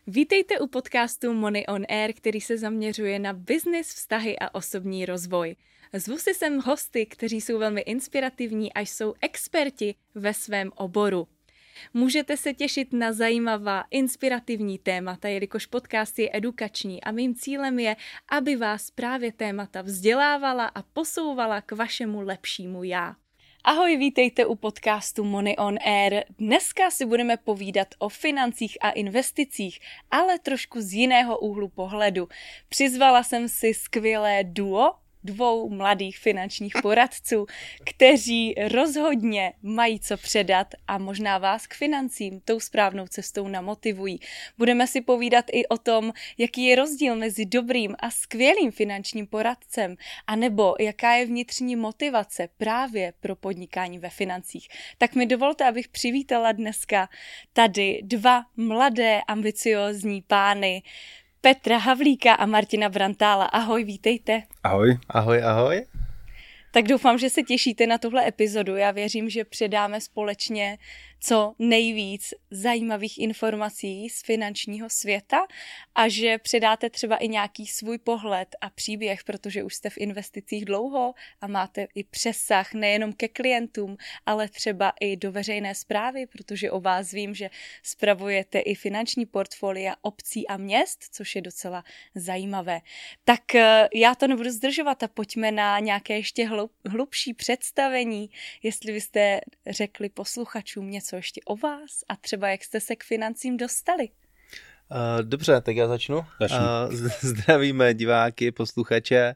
Vítejte u podcastu Money on Air, který se zaměřuje na business, vztahy a osobní rozvoj. Zvu si sem hosty, kteří jsou velmi inspirativní a jsou experti ve svém oboru. Můžete se těšit na zajímavá, inspirativní témata, jelikož podcast je edukační a mým cílem je, aby vás právě témata vzdělávala a posouvala k vašemu lepšímu já. Ahoj, vítejte u podcastu Money on Air. Dneska si budeme povídat o financích a investicích, ale trošku z jiného úhlu pohledu. Přizvala jsem si skvělé duo dvou mladých finančních poradců, kteří rozhodně mají co předat a možná vás k financím tou správnou cestou namotivují. Budeme si povídat i o tom, jaký je rozdíl mezi dobrým a skvělým finančním poradcem, anebo jaká je vnitřní motivace právě pro podnikání ve financích. Tak mi dovolte, abych přivítala dneska tady dva mladé, ambiciózní pány, Petra Havlíka a Martina Brantála. Ahoj, vítejte. Ahoj. Ahoj, ahoj. Tak doufám, že se těšíte na tuhle epizodu. Já věřím, že předáme společně co nejvíc zajímavých informací z finančního světa a že předáte třeba i nějaký svůj pohled a příběh, protože už jste v investicích dlouho a máte i přesah nejenom ke klientům, ale třeba i do veřejné správy, protože o vás vím, že spravujete i finanční portfolia obcí a měst, což je docela zajímavé. Tak já to nebudu zdržovat a pojďme na nějaké ještě hlubší představení, jestli byste řekli posluchačům něco ještě o vás a třeba jak jste se k financím dostali. Dobře, tak já začnu. Zdravíme diváky, posluchače.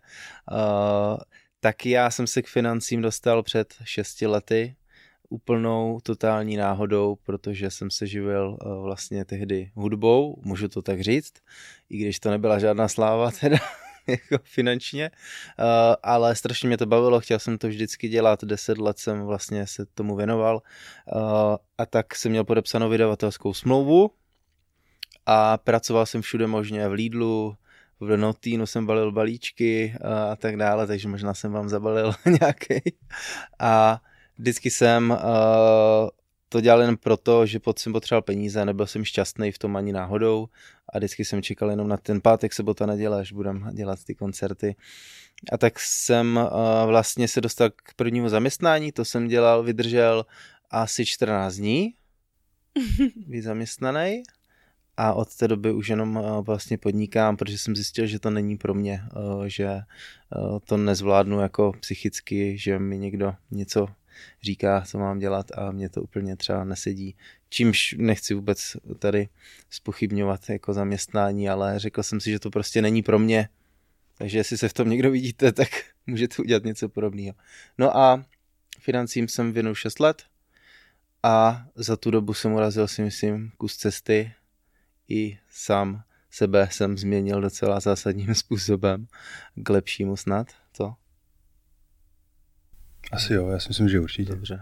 Tak já jsem se k financím dostal před 6 lety, úplnou totální náhodou, protože jsem se živil vlastně tehdy hudbou, můžu to tak říct, i když to nebyla žádná sláva teda. Jako finančně, ale strašně mě to bavilo, chtěl jsem to vždycky dělat, 10 let jsem vlastně se tomu věnoval a tak jsem měl podepsanou vydavatelskou smlouvu a pracoval jsem všude možně, v Lidlu, v Notinu jsem balil balíčky a tak dále, takže možná jsem vám zabalil nějaký a vždycky jsem to dělal jen proto, že jsem potřeboval peníze, nebyl jsem šťastný v tom ani náhodou a vždycky jsem čekal jenom na ten pátek, sobota, neděle, až budem dělat ty koncerty. A tak jsem vlastně se dostal k prvnímu zaměstnání, to jsem dělal, vydržel asi 14 dní, být zaměstnaný a od té doby už jenom vlastně podnikám, protože jsem zjistil, že to není pro mě, že to nezvládnu jako psychicky, že mi někdo něco říká, co mám dělat a mě to úplně třeba nesedí. Čímž nechci vůbec tady zpochybňovat jako zaměstnání, ale řekl jsem si, že to prostě není pro mě. Takže jestli se v tom někdo vidíte, tak můžete udělat něco podobného. No a financím jsem věnul 6 let a za tu dobu jsem urazil si myslím kus cesty i sám sebe jsem změnil docela zásadním způsobem k lepšímu snad. Co? Asi jo, já si myslím, že určitě. Dobře.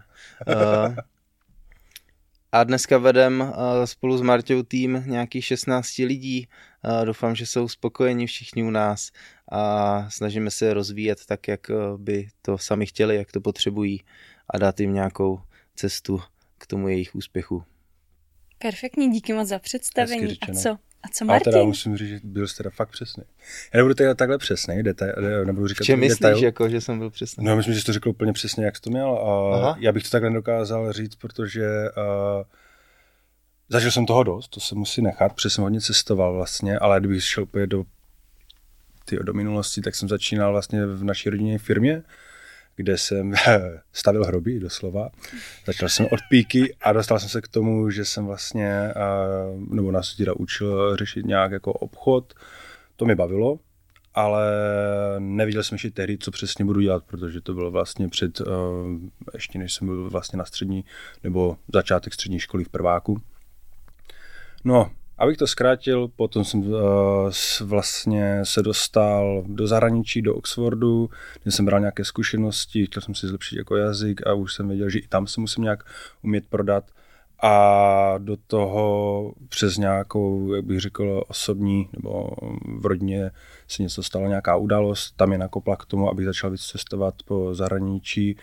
A dneska vedem spolu s Marťou tým nějakých 16 lidí. Doufám, že jsou spokojeni všichni u nás a snažíme se rozvíjet tak, jak by to sami chtěli, jak to potřebují a dát jim nějakou cestu k tomu jejich úspěchu. Perfektní, díky moc za představení. A co Martin? Ale teda musím říct, že byl jsi teda fakt přesný. Já nebudu teda takhle přesný, nebudu říkat. V čem myslíš, jako, že jsem byl přesný? No, myslím, že jsi to řekl úplně přesně, jak jsi to měl. A já bych to takhle nedokázal říct, protože zažil jsem toho dost, to se musí nechat, protože jsem hodně cestoval vlastně, ale kdybych šel úplně do minulosti, tak jsem začínal vlastně v naší rodinné firmě, kde jsem stavil hroby, doslova. Začal jsem od píky a dostal jsem se k tomu, že jsem vlastně, nebo nás teda učil řešit nějak jako obchod. To mě bavilo, ale neviděl jsem ještě tehdy, co přesně budu dělat, protože to bylo vlastně ještě než jsem byl vlastně na střední, nebo začátek střední školy v prváku. No, abych to zkrátil, potom jsem vlastně se dostal do zahraničí, do Oxfordu, kde jsem bral nějaké zkušenosti, chtěl jsem si zlepšit jako jazyk a už jsem věděl, že i tam se musím nějak umět prodat. A do toho přes nějakou, jak bych řekl, osobní, nebo v rodině se něco stalo, nějaká událost, tam je nakopla k tomu, abych začal víc cestovat po zahraničí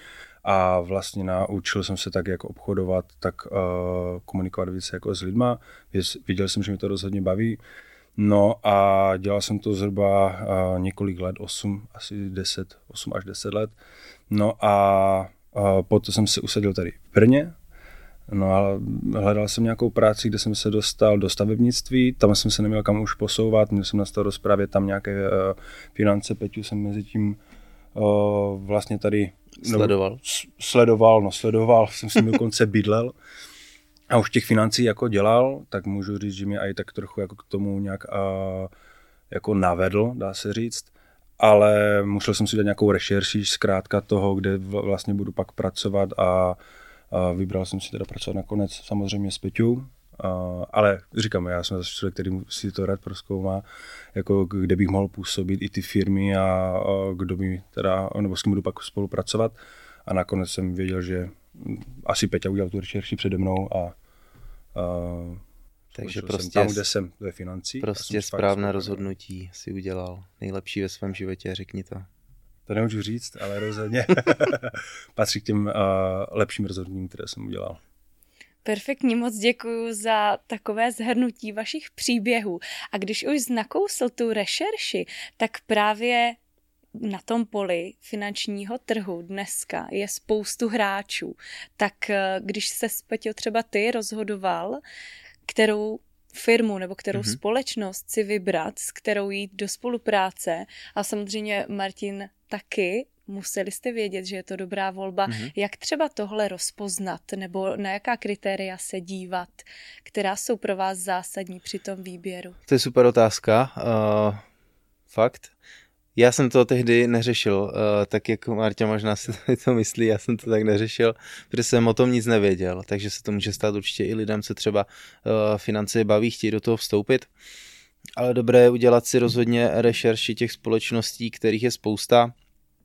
a vlastně naučil jsem se tak, jak obchodovat, tak komunikovat více jako s lidma. Viděl jsem, že mi to rozhodně baví. No a dělal jsem to zhruba několik let, 8 až 10 let. No a potom jsem se usadil tady v Brně. No a hledal jsem nějakou práci, kde jsem se dostal do stavebnictví, tam jsem se neměl kam už posouvat, měl jsem na starost právě tam nějaké finance, Peťu jsem mezi tím vlastně tady sledoval, jsem si dokonce bydlel a už těch financí jako dělal, tak můžu říct, že mě i tak trochu jako k tomu nějak jako navedl, dá se říct, ale musel jsem si dát nějakou rešerši zkrátka toho, kde vlastně budu pak pracovat a vybral jsem si teda pracovat nakonec samozřejmě s Peťou, ale říkám, já jsem zase člověk, který si to rád prozkoumá, jako kde bych mohl působit i ty firmy a kdo by teda, nebo s kým budu pak spolupracovat a nakonec jsem věděl, že asi Peťa udělal tu rešerši přede mnou a takže prostě tam, kde jsem ve financí. Prostě správné rozhodnutí si udělal. Nejlepší ve svém životě, řekni to. To nemůžu říct, ale rozhodně patří k těm lepším rozhodnutím, které jsem udělal. Perfektně, moc děkuji za takové shrnutí vašich příběhů. A když už nakousl tu rešerši, tak právě na tom poli finančního trhu dneska je spoustu hráčů. Tak když se Peťo třeba ty rozhodoval, kterou firmu nebo kterou společnost si vybrat, s kterou jít do spolupráce, a samozřejmě Martin taky, museli jste vědět, že je to dobrá volba. Jak třeba tohle rozpoznat nebo na jaká kritéria se dívat, která jsou pro vás zásadní při tom výběru? To je super otázka. Fakt. Já jsem to tehdy neřešil, tak jako Marta možná si to myslí, já jsem to tak neřešil, protože jsem o tom nic nevěděl, takže se to může stát určitě i lidem, co třeba finance baví, chtějí do toho vstoupit. Ale dobré je udělat si rozhodně rešerši těch společností, kterých je spousta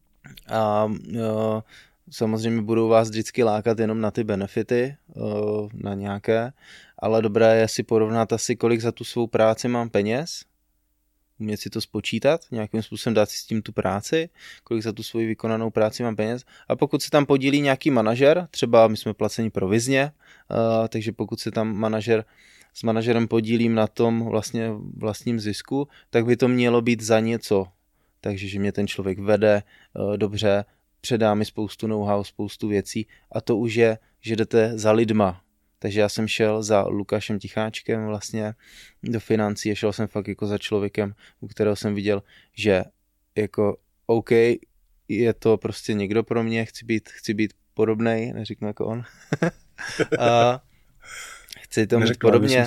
a samozřejmě budou vás vždycky lákat jenom na ty benefity, na nějaké, ale dobré je si porovnat asi, kolik za tu svou práci mám peněz, umět si to spočítat, nějakým způsobem dát si s tím tu práci, kolik za tu svoji vykonanou práci mám peněz. A pokud se tam podílí nějaký manažer, třeba my jsme placeni provizně, takže pokud se tam s manažerem podílím na tom vlastně vlastním zisku, tak by to mělo být za něco. Takže že mě ten člověk vede dobře, předá mi spoustu know-how, spoustu věcí a to už je, že jdete za lidma. Takže já jsem šel za Lukášem Ticháčkem vlastně do financí a šel jsem fakt jako za člověkem, u kterého jsem viděl, že jako OK, je to prostě někdo pro mě, chci být podobnej, neřeknu jako on. A chci to mít podobně.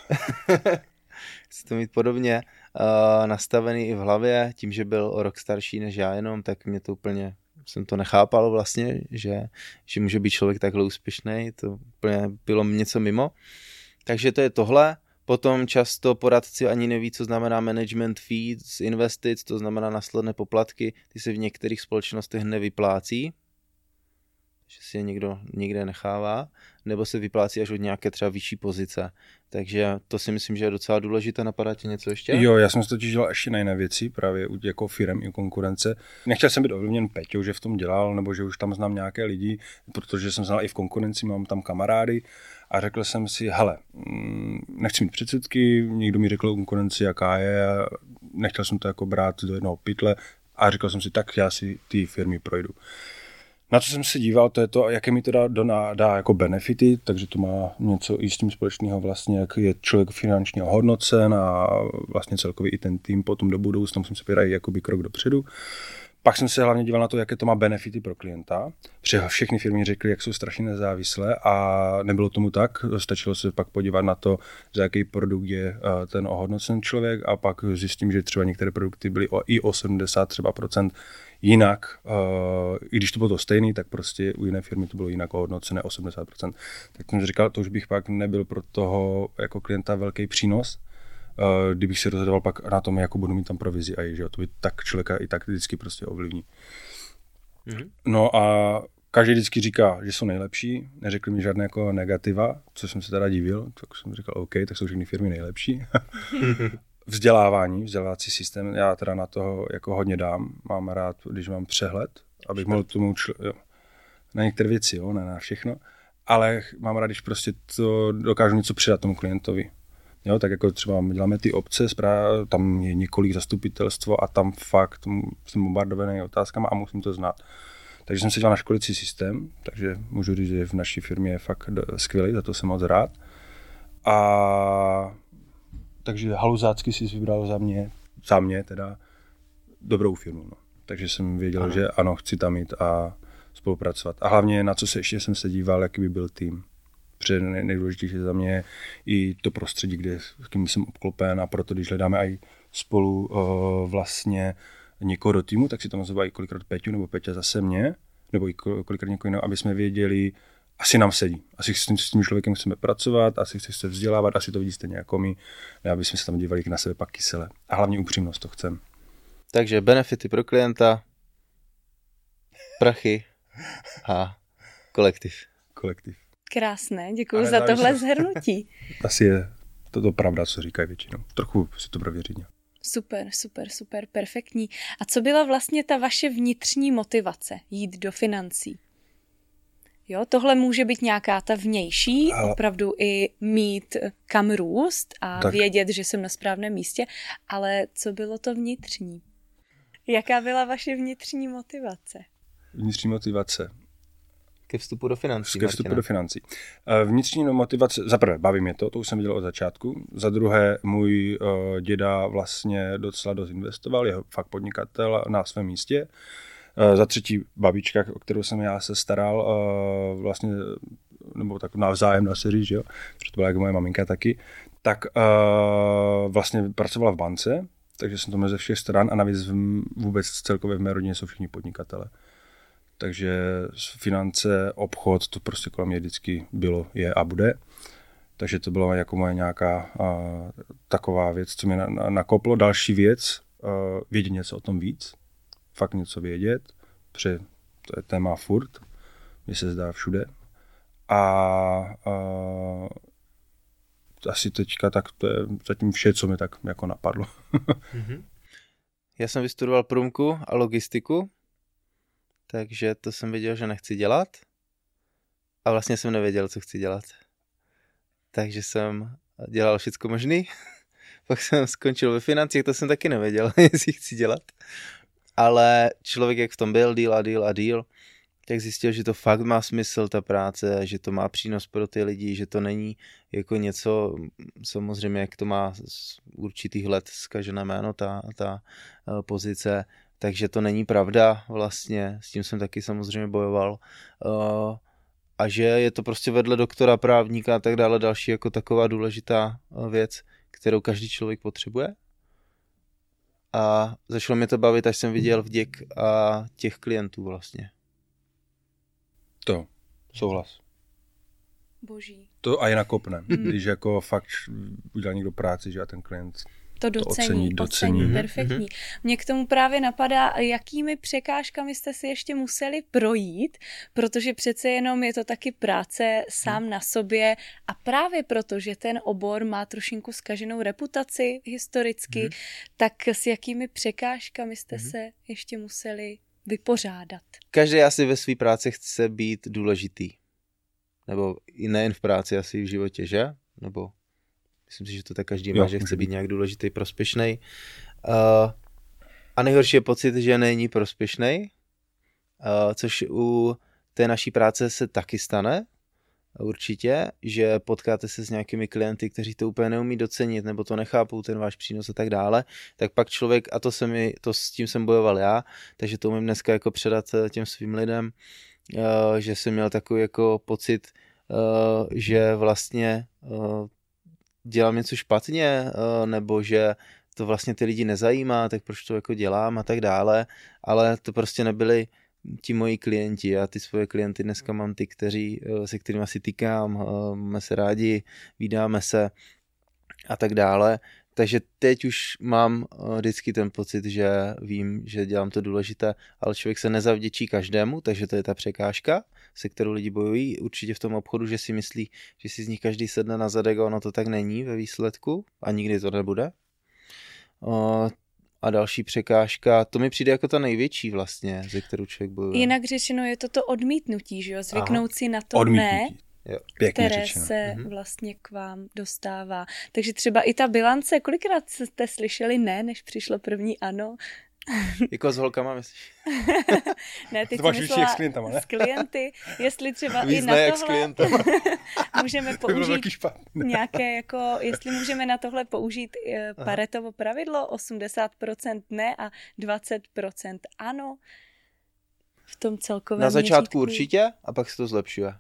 Chci to mít podobně nastavený i v hlavě, tím, že byl o rok starší než já jenom, tak mě to úplně jsem to nechápal vlastně, že může být člověk takhle úspěšný, to úplně bylo něco mimo. Takže to je tohle. Potom často poradci ani neví, co znamená management fee z investic, to znamená následné poplatky, ty se v některých společnostech nevyplácí, že si je někdo někde nechává, nebo se vyplácí až od nějaké třeba vyšší pozice. Takže to si myslím, že je docela důležité. Napadá tě něco ještě? Jo, já jsem si totiž dělal ještě na jiné věci, právě jako firem i konkurence. Nechtěl jsem být ovlivněn Peťou, že v tom dělal, nebo že už tam znám nějaké lidi, protože jsem znal i v konkurenci, mám tam kamarády a řekl jsem si, hele, nechci mít předsudky, někdo mi řekl o konkurenci, jaká je, nechtěl jsem to jako brát do jednoho pytle a řekl jsem si, tak já si ty firmy projdu. Na co jsem se díval, to je to, jaké mi to dá jako benefity, takže to má něco i s tím společného vlastně, jak je člověk finančně ohodnocen a vlastně celkově i ten tým potom do budoucna, musím se pěrat jakoby krok dopředu. Pak jsem se hlavně díval na to, jaké to má benefity pro klienta. Všechny firmy řekly, jak jsou strašně nezávislé a nebylo tomu tak. Stačilo se pak podívat na to, za jaký produkt je ten ohodnocen člověk a pak zjistím, že třeba některé produkty byly i o 70 třeba procent jinak, i když to bylo to stejný, tak prostě u jiné firmy to bylo jinak ohodnocené 80%. Tak jsem říkal, to už bych pak nebyl pro toho jako klienta velký přínos, kdybych se rozhodoval pak na tom, jako budu mít tam provizi a že to by tak člověka i tak vždycky prostě ovlivní. No a každý vždycky říká, že jsou nejlepší, neřekli mi žádné jako negativa, co jsem se teda divil, tak jsem říkal, OK, tak jsou všechny firmy nejlepší. Vzdělávací systém, já teda na toho jako hodně dám, mám rád, když mám přehled, abych mohl tomu na některé věci, jo, ne na všechno, ale mám rád, když prostě to dokážu něco přidat tomu klientovi. Jo, tak jako třeba děláme ty obce, tam je několik zastupitelstvo a tam fakt jsem bombardovaný otázkama a musím to znát. Takže jsem se dělal na školicí systém, takže můžu říct, že v naší firmě je fakt skvělý, za to jsem moc rád. A takže haluzácky si vybral za mě teda dobrou firmu. No. Takže jsem věděl, že ano, chci tam jít a spolupracovat. A hlavně na co se ještě jsem se díval, jaký by byl tým. Protože nejdůležitější za mě je i to prostředí, kde s kým jsem obklopen a proto, když hledáme i spolu vlastně někoho do týmu, tak si tam nazývají kolikrát Peťu nebo Peťa zase mě, nebo i kolikrát někoho jiného, aby jsme věděli, asi nám sedí. Asi s tím člověkem chceme pracovat, asi chce se vzdělávat, asi to vidí stejně jako my, aby jsme se tam dívali na sebe pak kysele. A hlavně upřímnost to chcem. Takže benefity pro klienta, prachy a kolektiv. Krásné, děkuji za tohle shrnutí. Asi je to pravda, co říkají většinou. Trochu si to prověřit. Super, perfektní. A co byla vlastně ta vaše vnitřní motivace jít do financí? Jo, tohle může být nějaká ta vnější, opravdu i mít kam růst a tak vědět, že jsem na správném místě, ale co bylo to vnitřní? Jaká byla vaše vnitřní motivace? Vnitřní motivace. Ke vstupu do financí. Vnitřní motivace, za prvé, baví mě to už jsem viděl od začátku. Za druhé, můj děda vlastně docela dost investoval, je fakt podnikatel na svém místě. Za třetí, babička, o kterou jsem já se staral, vlastně, nebo tak navzájem dá se říct, jo, protože to byla jako moje maminka taky, tak vlastně pracovala v bance, takže jsem to měl ze všech stran a navíc vůbec celkově v mé rodině jsou všichni podnikatele. Takže finance, obchod, to prostě kolem mě vždycky bylo, je a bude. Takže to byla jako moje nějaká taková věc, co mě nakoplo. Další věc, vědět něco o tom víc, fakt něco vědět, protože to je téma furt, mně se zdá všude. A asi teďka tak to je zatím vše, co mi tak jako napadlo. Já jsem vystudoval průmku a logistiku, takže to jsem věděl, že nechci dělat a vlastně jsem nevěděl, co chci dělat. Takže jsem dělal všecko možný, pak jsem skončil ve financích, to jsem taky nevěděl, jestli chci dělat. Ale člověk, jak v tom byl, díl, tak zjistil, že to fakt má smysl, ta práce, že to má přínos pro ty lidi, že to není jako něco, samozřejmě, jak to má z určitých let zkažené jméno, ta pozice, takže to není pravda vlastně, s tím jsem taky samozřejmě bojoval. A že je to prostě vedle doktora, právníka a tak dále další jako taková důležitá věc, kterou každý člověk potřebuje. A začalo mě to bavit, až jsem viděl vděk a těch klientů vlastně. To, souhlas. Boží. To a je nakopne. Když jako fakt udělal někdo práci, že a ten klient to docení. Perfektní. Mě k tomu právě napadá, jakými překážkami jste si ještě museli projít, protože přece jenom je to taky práce sám na sobě a právě proto, že ten obor má trošinku zkaženou reputaci historicky, tak s jakými překážkami jste se ještě museli vypořádat? Každý asi ve své práci chce být důležitý. Nebo i nejen v práci, asi i v životě, že? Nebo myslím si, že to tak každý má, že chce být nějak důležitý, prospěšnej. A nejhorší je pocit, že není prospěšnej, což u té naší práce se taky stane, určitě, že potkáte se s nějakými klienty, kteří to úplně neumí docenit, nebo to nechápou, ten váš přínos a tak dále, tak pak člověk, a s tím jsem bojoval já, takže to umím dneska jako předat těm svým lidem, že jsem měl takový jako pocit, že vlastně dělám něco špatně, nebo že to vlastně ty lidi nezajímá, tak proč to jako dělám a tak dále, ale to prostě nebyli ti moji klienti. Já ty svoje klienty dneska mám ty, se kterými si tykám, máme se rádi, vídáme se a tak dále. Takže teď už mám vždycky ten pocit, že vím, že dělám to důležité, ale člověk se nezavděčí každému, takže to je ta překážka, se kterou lidi bojují. Určitě v tom obchodu, že si myslí, že si z nich každý sedne na zadek a ono to tak není ve výsledku a nikdy to nebude. A další překážka, to mi přijde jako ta největší vlastně, ze kterou člověk bojuje. Jinak řečeno je to odmítnutí, že jo? Zvyknout si na to odmítnutí. ne, Pěkně které řečeno. se vlastně k vám dostává. Takže třeba i ta bilance, kolikrát jste slyšeli ne, než přišlo první ano? Jako s holkama, myslíš? Ne, teď to máš myslela s klientama, ne? s klienty, jestli třeba Víc i na jak s tohle klientem. můžeme To bylo použít taky špatné. nějaké, jako, jestli můžeme na tohle použít Paretovo pravidlo, 80% ne a 20% ano, v tom celkovém Na začátku měřítku. určitě a pak se to zlepšuje.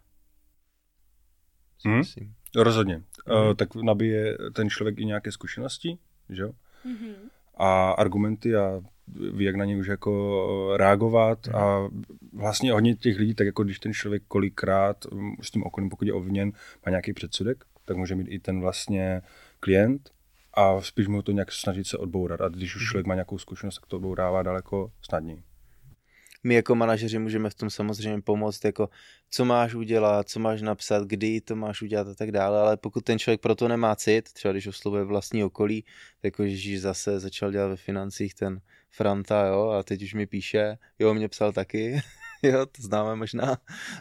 Myslím. Rozhodně. Tak nabije ten člověk i nějaké zkušenosti, že jo? A argumenty a ví, jak na ně už jako reagovat a vlastně hodně těch lidí, tak jako když ten člověk kolikrát s tím okolím, pokud je obviněn, má nějaký předsudek, tak může mít i ten vlastně klient a spíš mu to nějak snažit se odbourat. A když už člověk má nějakou zkušenost, tak to odbourává daleko snadněji. My jako manažeři můžeme v tom samozřejmě pomoct, jako co máš udělat, co máš napsat, kdy to máš udělat a tak dále, ale pokud ten člověk proto nemá cit, třeba když oslovuje vlastní okolí, tak jako Ježíš zase začal dělat ve financích ten Franta, jo, a teď už mi píše, jo, mě psal taky, jo, to známe možná,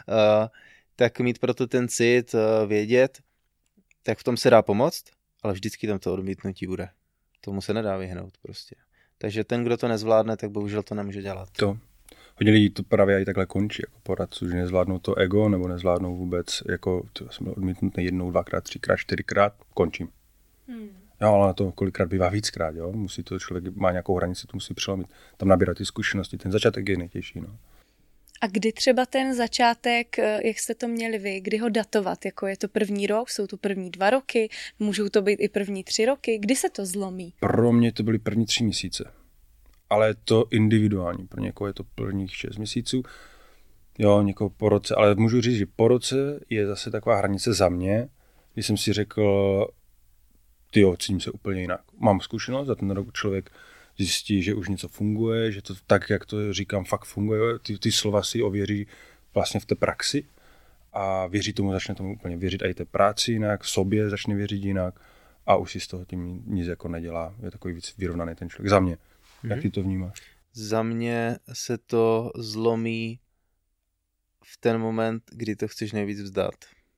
tak mít proto ten cit, vědět, tak v tom se dá pomoct, ale vždycky tam to odmítnutí bude. Tomu se nedá vyhnout prostě. Takže ten, kdo to nezvládne, tak bohužel to nemůže dělat. Hodně lidí to právě i takhle končí, jako poradců, že nezvládnou to ego, nebo nezvládnou vůbec, jako jsem byl odmítnutý 1, 2krát, 3krát, 4krát, končím. Jo, ale na to kolikrát bývá víckrát, jo, musí to člověk, má nějakou hranici, to musí přelomit, tam nabírat ty zkušenosti, ten začátek je nejtěžší, no. A kdy třeba ten začátek, jak jste to měli vy, kdy ho datovat, jako je to první rok, jsou to první 2 roky, můžou to být i první 3 roky, kdy se to zlomí? Pro mě to byly první 3 měsíce. Ale je to individuální. Pro někoho je to prvních 6 měsíců, jo, někoho po roce, ale můžu říct, že po roce je zase taková hranice za mě, kdy jsem si řekl, tyjo, cítím se úplně jinak. Mám zkušenost, za ten rok člověk zjistí, že už něco funguje, že to tak, jak to říkám, fakt funguje, ty slova si ověří vlastně v té praxi a věří tomu, začne tomu úplně věřit a i té práci jinak, sobě začne věřit jinak a už si z toho tím nic jako nedělá. Je takový víc vyrovnaný ten člověk. Za mě. Jak ty to vnímáš? Za mě se to zlomí v ten moment, kdy to chceš nejvíc vzdát.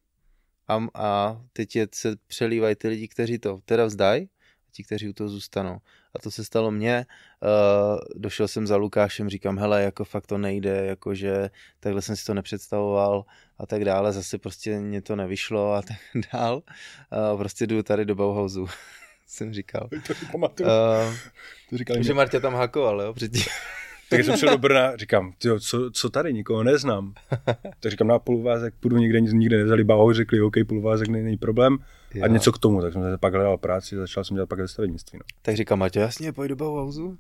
A teď se přelívají ty lidi, kteří to teda vzdají, a ti, kteří u toho zůstanou. A to se stalo mně. Došel jsem za Lukášem, říkám, hele, jako fakt to nejde, jakože takhle jsem si to nepředstavoval a tak dále. Zase prostě mě to nevyšlo a tak dál. Prostě jdu tady do Bauhausu. Jsem říkal. To si pamatuju. To říkali že Martě tam hakoval, jo, předtím. Tak jsem šel do Brna, říkám, tyjo, co tady, nikoho neznám. Tak říkám, na půlvázek půjdu nikde nevzali Bauhaus, řekli, OK, půlvázek není problém. Jo. A něco k tomu, tak jsem se pak hledal práci, začal jsem dělat pak ve stavebnictví. No. Tak říkám, Martě, jasně, pojď do Bauhausu.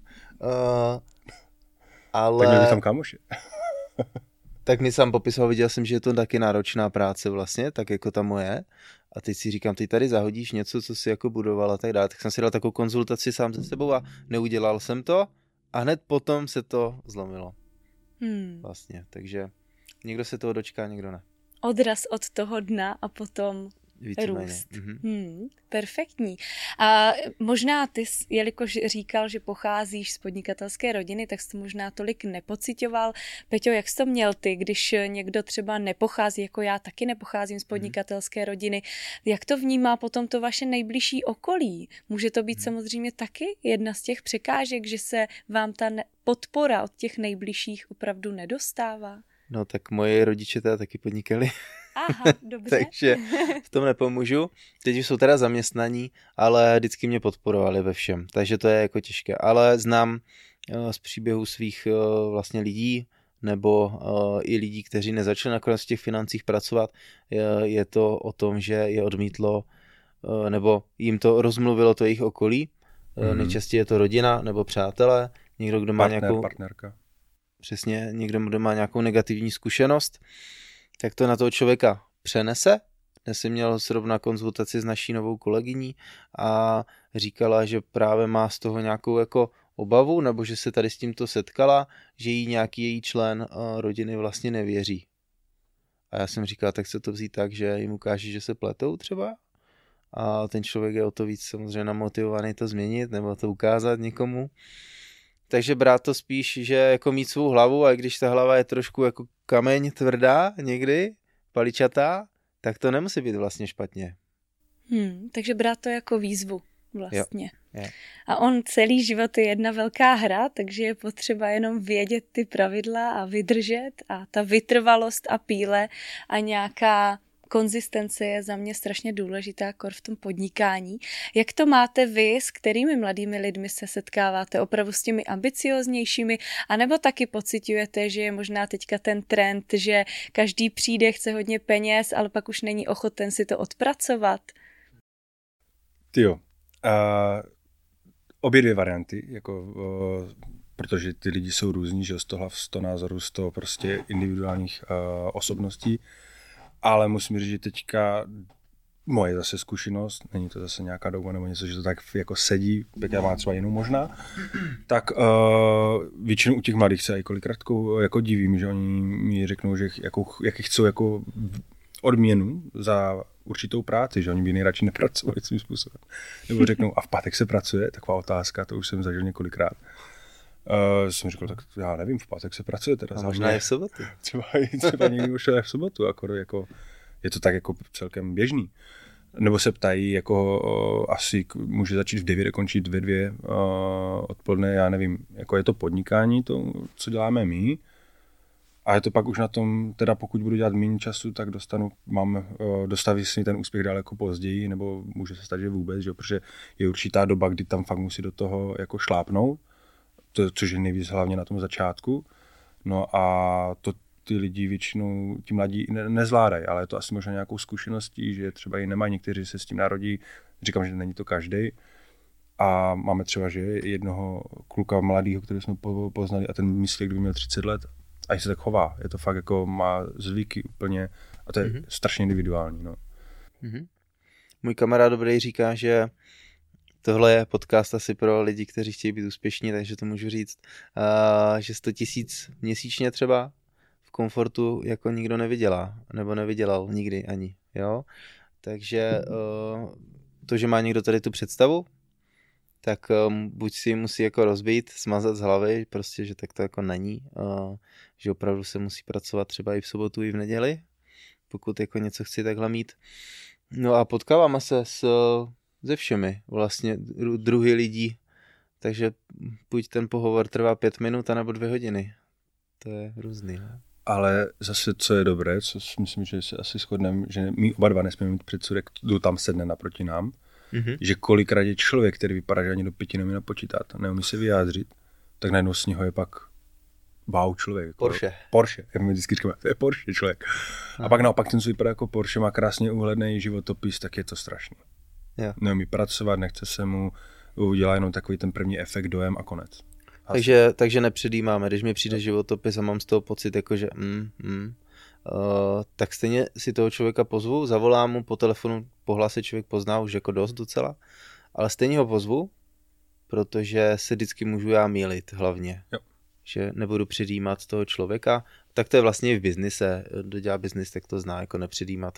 Ale... Tak měli tam kámoši. Tak mi sám popisoval, viděl jsem, že je to taky náročná práce vlastně, tak jako ta moje. A teď si říkám, ty tady zahodíš něco, co si jako budoval a tak dále. Tak jsem si dal takovou konzultaci sám se sebou a neudělal jsem to a hned potom se to zlomilo. Vlastně, takže někdo se toho dočká, někdo ne. Odraz od toho dna a potom víceméně. Růst. Perfektní. A možná ty, jelikož říkal, že pocházíš z podnikatelské rodiny, tak jsi to možná tolik nepocitoval. Peťo, jak jsi to měl ty, když někdo třeba nepochází, jako já taky nepocházím z podnikatelské rodiny, jak to vnímá potom to vaše nejbližší okolí? Může to být samozřejmě taky jedna z těch překážek, že se vám ta podpora od těch nejbližších opravdu nedostává? No tak moje rodiče teda taky podnikali. Aha, dobře. Takže v tom nepomůžu. Teď jsou teda zaměstnaní, ale vždycky mě podporovali ve všem, takže to je jako těžké. Ale znám z příběhů svých vlastně lidí, nebo i lidí, kteří nezačali nakonec v těch financích pracovat, je to o tom, že je odmítlo, nebo jim to rozmluvilo to jejich okolí. Nejčastěji je to rodina nebo přátelé, někdo, kdo má nějakou... Partnerka. Přesně, někdo, kdo má nějakou negativní zkušenost, tak to na toho člověka přenese. Dnes jsem měl zrovna konzultaci s naší novou kolegyní a říkala, že právě má z toho nějakou jako obavu, nebo že se tady s tímto setkala, že jí nějaký její člen rodiny vlastně nevěří. A já jsem říkal, tak se to vzít tak, že jim ukáže, že se pletou třeba a ten člověk je o to víc samozřejmě namotivovaný to změnit nebo to ukázat někomu. Takže brát to spíš, že jako mít svou hlavu, a když ta hlava je trošku jako kameň tvrdá někdy, paličatá, tak to nemusí být vlastně špatně. Takže brát to jako výzvu vlastně. Jo. A on celý život je jedna velká hra, takže je potřeba jenom vědět ty pravidla a vydržet, a ta vytrvalost a píle a nějaká konzistence je za mě strašně důležitá v tom podnikání. Jak to máte vy, s kterými mladými lidmi se setkáváte? Opravdu s těmi ambicioznějšími? A nebo taky pociťujete, že je možná teďka ten trend, že každý přijde, chce hodně peněz, ale pak už není ochoten si to odpracovat? Tyjo, obě dvě varianty, jako, protože ty lidi jsou různí, že 100 hlav, 100 názorů, 100 prostě individuálních osobností. Ale musím říct, že teďka moje zase zkušenost, není to zase nějaká doba nebo něco, že to tak jako sedí, já mám třeba jinou možná, tak většinou u těch mladých se i kolikrát jako divím, že oni mi řeknou, že jaký chcou jako odměnu za určitou práci, že oni by nejradši nepracovali svým způsobem. Nebo řeknou, a v pátek se pracuje? Taková otázka, to už jsem zažil několikrát. Jsem říkal, tak já nevím, v pátek se pracuje teda. A možná i v sobotu. Třeba někdy už je v sobotu, jako je to tak jako celkem běžný. Nebo se ptají, jako asi může začít v 9 a končit ve 2 odpoledne, já nevím, jako je to podnikání, to, co děláme my. A je to pak už na tom, teda pokud budu dělat méně času, tak dostaví si ten úspěch daleko později, nebo může se stát, že vůbec, že? Protože je určitá doba, kdy tam fakt musí do toho jako šlápnout. Což je nejvíc hlavně na tom začátku. No a to ty lidi většinou, ti mladí nezvládají, ale je to asi možná nějakou zkušeností, že třeba ji nemají, někteří se s tím narodí, říkám, že není to každý. A máme třeba, že jednoho kluka mladého, který jsme poznali, a ten myslí, kdyby měl 30 let, a se tak chová. Je to fakt jako, má zvyky úplně, a to je strašně individuální. No. Můj kamarád dobrý říká, že tohle je podcast asi pro lidi, kteří chtějí být úspěšní, takže to můžu říct, že 100 000 měsíčně třeba v komfortu jako nikdo nevydělá, nebo nevydělal nikdy ani, jo. Takže to, že má někdo tady tu představu, tak buď si ji musí jako rozbít, smazat z hlavy, prostě, že tak to jako není, že opravdu se musí pracovat třeba i v sobotu, i v neděli, pokud jako něco chci takhle mít. No a potkáváme se se všemi vlastně druhy lidí, takže buď ten pohovor trvá 5 minut, anebo 2 hodiny. To je různý. Ne? Ale zase, co je dobré, co myslím, že se asi shodneme, že my oba dva nesmíme mít předsudek, kdo tam sedne naproti nám, že kolikrát je člověk, který vypadá, že ani do 5 neumí napočítat, neumí se vyjádřit, tak najednou z něho je pak wow člověk. Porsche. Já mi vždycky říkám, to je Porsche člověk. A pak naopak ten, co vypadá jako Porsche, má krásně uhledný životopis, tak je to strašný. Jo. Neumí pracovat, nechce se mu, udělá jenom takový ten první efekt, dojem a konec. Takže nepředjímáme, když mi přijde životopis a mám z toho pocit, jako že tak stejně si toho člověka pozvu, zavolám mu po telefonu, po hlase člověk pozná už jako dost docela, ale stejně ho pozvu, protože se vždycky můžu já mýlit hlavně. Jo. Že nebudu předjímat toho člověka, tak to je vlastně i v biznise, kdo dělá biznis, tak to zná, jako nepředjímat.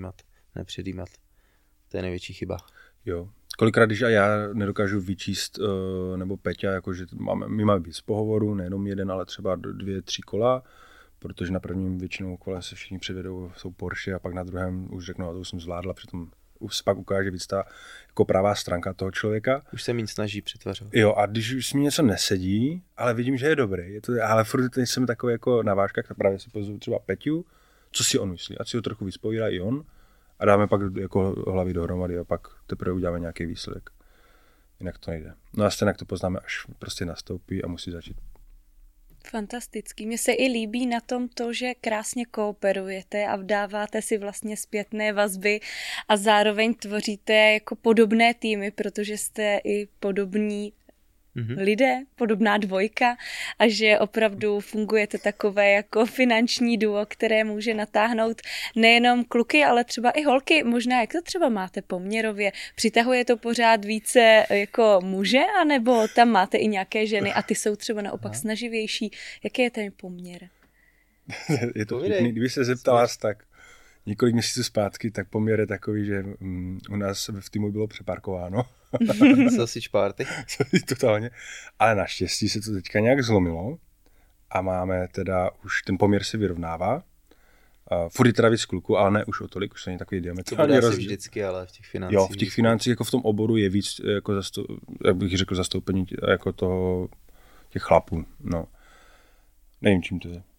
To je největší chyba. Jo. Kolikrát, když já nedokážu vyčíst, nebo Peťa, jakože my máme víc pohovorů, nejenom jeden, ale třeba 2, 3 kola, protože na prvním většinou kole se všichni předvedou, jsou Porsche, a pak na druhém už řeknou, a to už jsem zvládla, přitom už pak ukáže víc ta jako pravá stránka toho člověka. Už se méně snaží přetvařovat. Jo, a když už mi něco nesedí, ale vidím, že je dobrý, ale furt jsem takový jako na vážkách, tak právě si pozvu třeba Peťu, co si on myslí, ať si ho trochu vyspovídá i on, a dáme pak jako hlavy dohromady a pak teprve uděláme nějaký výsledek. Jinak to nejde. No a stejně to poznáme, až prostě nastoupí a musí začít. Fantastický. Mně se i líbí na tom to, že krásně kooperujete a vdáváte si vlastně zpětné vazby a zároveň tvoříte jako podobné týmy, protože jste i podobní lidé, podobná dvojka, a že opravdu fungujete takové jako finanční duo, které může natáhnout nejenom kluky, ale třeba i holky. Možná jak to třeba máte poměrově? Přitahuje to pořád více jako muže, anebo tam máte i nějaké ženy a ty jsou třeba naopak snaživější? Jaký je ten poměr? Je to vtipný, kdyby se zeptala tak. několik měsíců zpátky, tak poměr je takový, že u nás v týmu bylo přeparkováno. Sausage party. Totálně. Ale naštěstí se to teďka nějak zlomilo a máme teda, už ten poměr se vyrovnává. Furt je teda víc kluků, ale ne už o tolik, už to není takový diametrální rozdíl. To bude asi vždycky, ale v těch financích. Jo, v těch financích jako v tom oboru je víc, jako jak bych řekl, zastoupení jako toho, těch chlapů. No. Nevím, čím to je.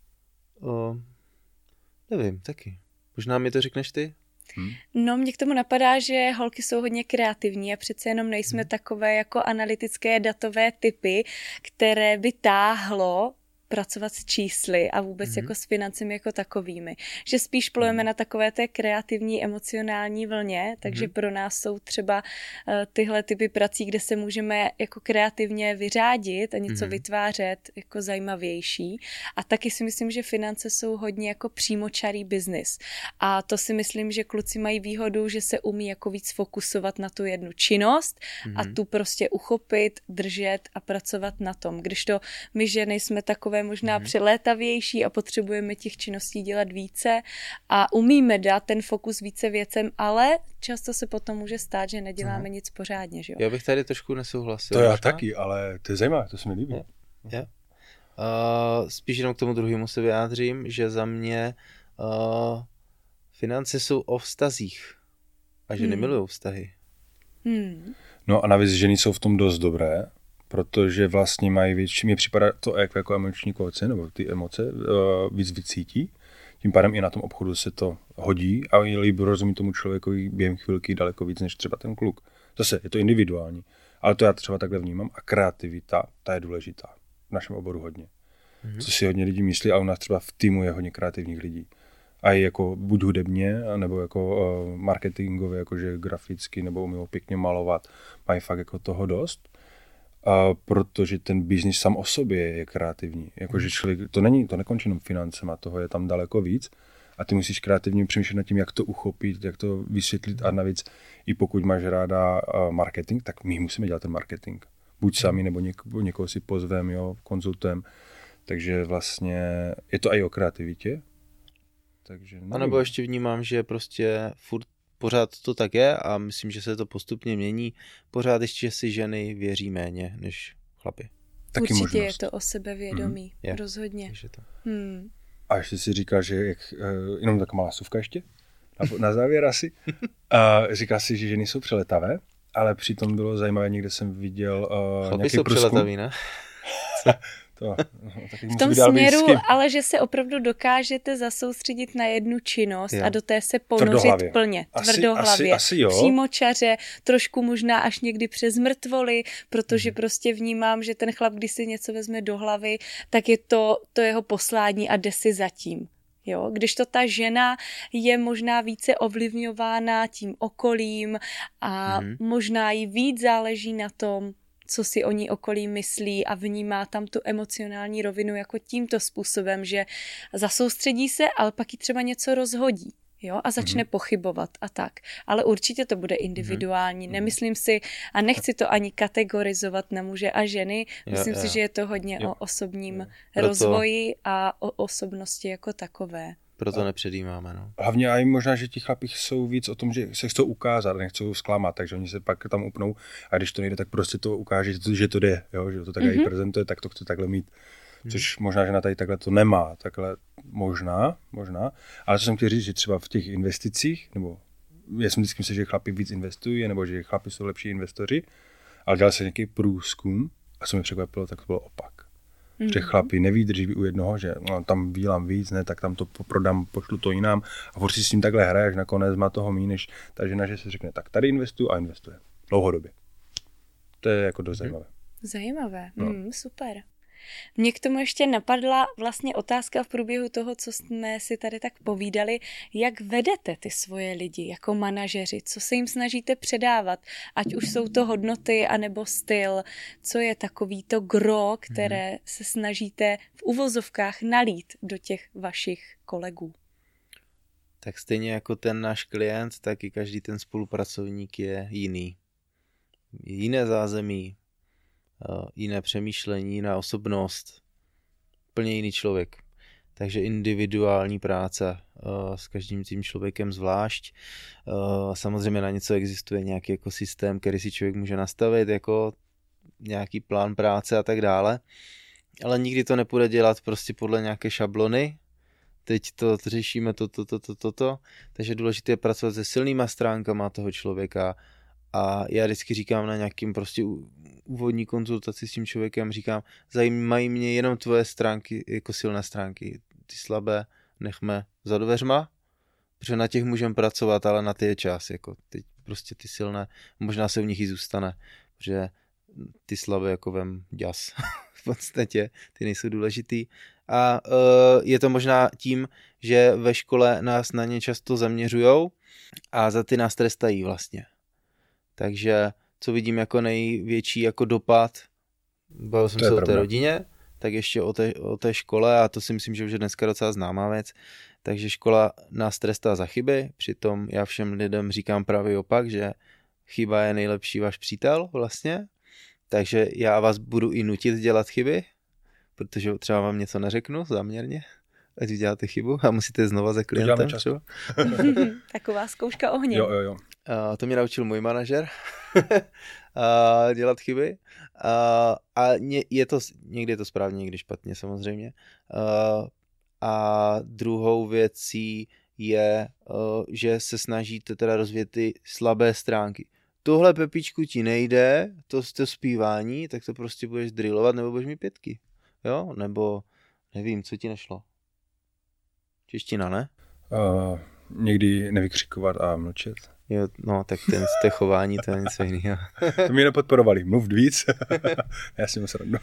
Nevím, taky. Možná mi to řekneš ty? No, mě k tomu napadá, že holky jsou hodně kreativní a přece jenom nejsme takové jako analytické datové typy, které by táhlo pracovat s čísly a vůbec jako s financemi jako takovými. Že spíš plujeme na takové té kreativní, emocionální vlně, takže pro nás jsou třeba tyhle typy prací, kde se můžeme jako kreativně vyřádit a něco vytvářet jako zajímavější. A taky si myslím, že finance jsou hodně jako přímočarý biznis. A to si myslím, že kluci mají výhodu, že se umí jako víc fokusovat na tu jednu činnost a tu prostě uchopit, držet a pracovat na tom. Když to my ženy jsme takové možná přelétavější a potřebujeme těch činností dělat více a umíme dát ten fokus více věcem, ale často se potom může stát, že neděláme nic pořádně, že jo? Já bych tady trošku nesouhlasil. To já taky, ale to je zajímavé, to se mi líbí. Je. Spíš jenom k tomu druhému se vyjádřím, že za mě finance jsou o vztazích a ženy milují vztahy. No a navíc ženy jsou v tom dost dobré, protože vlastně mají větší, mně připadá to jako emoční kóce, nebo ty emoce víc vycítí. Tím pádem i na tom obchodu se to hodí a líbí rozumí tomu člověkovi během chvilky daleko víc než třeba ten kluk. Zase je to individuální, ale to já třeba takhle vnímám a kreativita, ta je důležitá v našem oboru hodně. Co si hodně lidí myslí a u nás třeba v týmu je hodně kreativních lidí. A i jako buď hudebně, nebo jako marketingově, jakože graficky, nebo umí pěkně malovat, mají fakt jako toho dost. Protože ten biznis sám o sobě je kreativní. Jakože člověk, to nekončí jenom financema, toho je tam daleko víc a ty musíš kreativně přemýšlet nad tím, jak to uchopit, jak to vysvětlit a navíc i pokud máš ráda marketing, tak my musíme dělat ten marketing. Buď sami, nebo někoho si pozvem, jo, konzultujeme. Takže vlastně je to i o kreativitě. Takže a nebo ještě vnímám, že prostě furt pořád to tak je a myslím, že se to postupně mění. Pořád ještě si ženy věří méně než chlapi. Taky určitě možnost. Je to o sebevědomí, rozhodně. A ještě si říká, že jenom taková malá suvka ještě, na závěr asi. Říká si, že ženy jsou přeletavé, ale přitom bylo zajímavé, někde jsem viděl chlapi jsou přeletaví, ne? V tom směru, ale že se opravdu dokážete zasoustředit na jednu činnost a do té se ponořit plně, tvrdohlavě, přímočaře, trošku možná až někdy přes mrtvoly, protože prostě vnímám, že ten chlap, když si něco vezme do hlavy, tak je to jeho poslání a jde si zatím. Jo? Když to ta žena je možná více ovlivňována tím okolím a možná jí víc záleží na tom, co si o ní okolí myslí a vnímá tam tu emocionální rovinu jako tímto způsobem, že zasoustředí se, ale pak jí třeba něco rozhodí. Jo, a začne pochybovat a tak. Ale určitě to bude individuální. Nemyslím si a nechci to ani kategorizovat na muže a ženy. Myslím si, že je to hodně o osobním rozvoji a o osobnosti jako takové. Proto nepředjímáme, no. Hlavně i možná, že ti chlapi jsou víc o tom, že se chcou ukázat, nechcou zklamat, takže oni se pak tam upnou a když to nejde, tak prostě to ukáže, že to jde, jo? Že to takhle i prezentuje, tak to chce takhle mít. Což možná, že na tady takhle to nemá, takhle možná, ale co jsem chtěl říct, že třeba v těch investicích, nebo já jsem vždycky myslel, že chlapi víc investují, nebo že chlapi jsou lepší investoři, ale dělal se nějaký průzkum a co mi překvapilo, tak to bylo opak. Že chlapi nevydrží u jednoho, že no, tam výlám víc, ne, tak tam to prodám, pošlu to jinam a furt si s tím takhle hraje, až nakonec má toho méně, než ta žena, že se řekne, tak tady investuju a investuje. Dlouhodobě. To je jako dost zajímavé. Zajímavé, super. Mě k tomu ještě napadla vlastně otázka v průběhu toho, co jsme si tady tak povídali, jak vedete ty svoje lidi jako manažeři, co se jim snažíte předávat, ať už jsou to hodnoty anebo styl, co je takový to gro, které se snažíte v uvozovkách nalít do těch vašich kolegů. Tak stejně jako ten náš klient, tak i každý ten spolupracovník je jiný. Jiné zázemí, jiné přemýšlení, jiná osobnost, plně jiný člověk. takže individuální práce s každým tím člověkem zvlášť. Samozřejmě na něco existuje nějaký jako systém, který si člověk může nastavit, jako nějaký plán práce a tak dále, ale nikdy to nepůjde dělat prostě podle nějaké šablony. Teď to řešíme toto, takže důležité je pracovat se silnýma stránkama toho člověka a já vždycky říkám na nějakým prostě úvodní konzultaci s tím člověkem, říkám, zajímají mě jenom tvoje stránky, jako silné stránky, ty slabé nechme za dveřma, protože na těch můžeme pracovat, ale na ty je čas, jako teď prostě ty silné, možná se v nich i zůstane, protože ty slabé jako vem ďas v podstatě, ty nejsou důležitý. A je to možná tím, že ve škole nás na ně často zaměřujou a za ty nás trestají vlastně. Takže co vidím jako největší jako dopad, bavil jsem se o té rodině, tak ještě o té škole, a to si myslím, že už je dneska docela známá věc, takže škola nás trestá za chyby, přitom já všem lidem říkám pravý opak, že chyba je nejlepší váš přítel vlastně, takže já vás budu i nutit dělat chyby, protože třeba vám něco neřeknu záměrně, ať uděláte chybu a musíte znova za klientem. Taková zkouška ohně. Jo. To mě naučil můj manažer dělat chyby. A někdy je to správně, někdy špatně samozřejmě. A druhou věcí je, že se snažíte teda rozvíjet ty slabé stránky. Tohle, Pepíčku, ti nejde, to zpívání, tak to prostě budeš drillovat nebo budeš mít 5. Jo? Nebo nevím, co ti nešlo. Čeština, ne? Někdy nevykřikovat a mlčet. Jo, no, tak to chování, to je něco jiného. To mě nepodporovali. Mluv víc. Já si moc radu.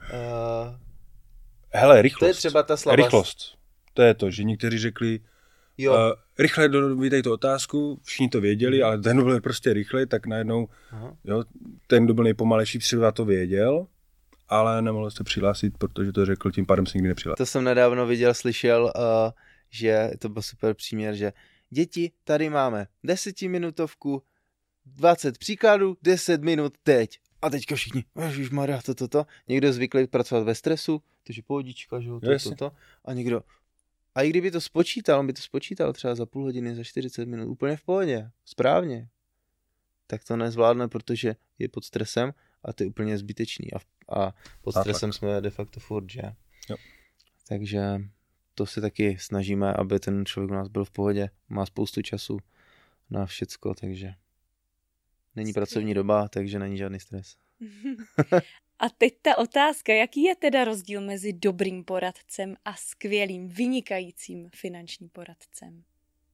Hele, rychlost. To je třeba ta slabost. Rychlost. To je to, že někteří řekli, rychle dodvídej tu otázku, všichni to věděli, ale ten, kdo byl prostě rychlej, tak najednou, jo, ten, kdo byl nejpomalejší, třeba to věděl, ale nemohl se přihlásit, protože to řekl, tím pádem se nikdy nepřihlásil. To jsem nedávno slyšel, že to byl super příměr, že děti, tady máme 10minutovku, 20 příkladů, 10 minut teď. A teďka všichni, ježišmarja, to. Někdo zvyklý pracovat ve stresu, takže pohodička, že to. A někdo, a i kdyby to spočítal, on by to spočítal třeba za půl hodiny, za 40 minut, úplně v pohodě, správně. Tak to nezvládne, protože je pod stresem a to je úplně zbytečný. A pod stresem jsme de facto furt, že? Jo. Takže to si taky snažíme, aby ten člověk u nás byl v pohodě. Má spoustu času na všecko, takže není pracovní doba, takže není žádný stres. A teď ta otázka, jaký je teda rozdíl mezi dobrým poradcem a skvělým, vynikajícím finančním poradcem?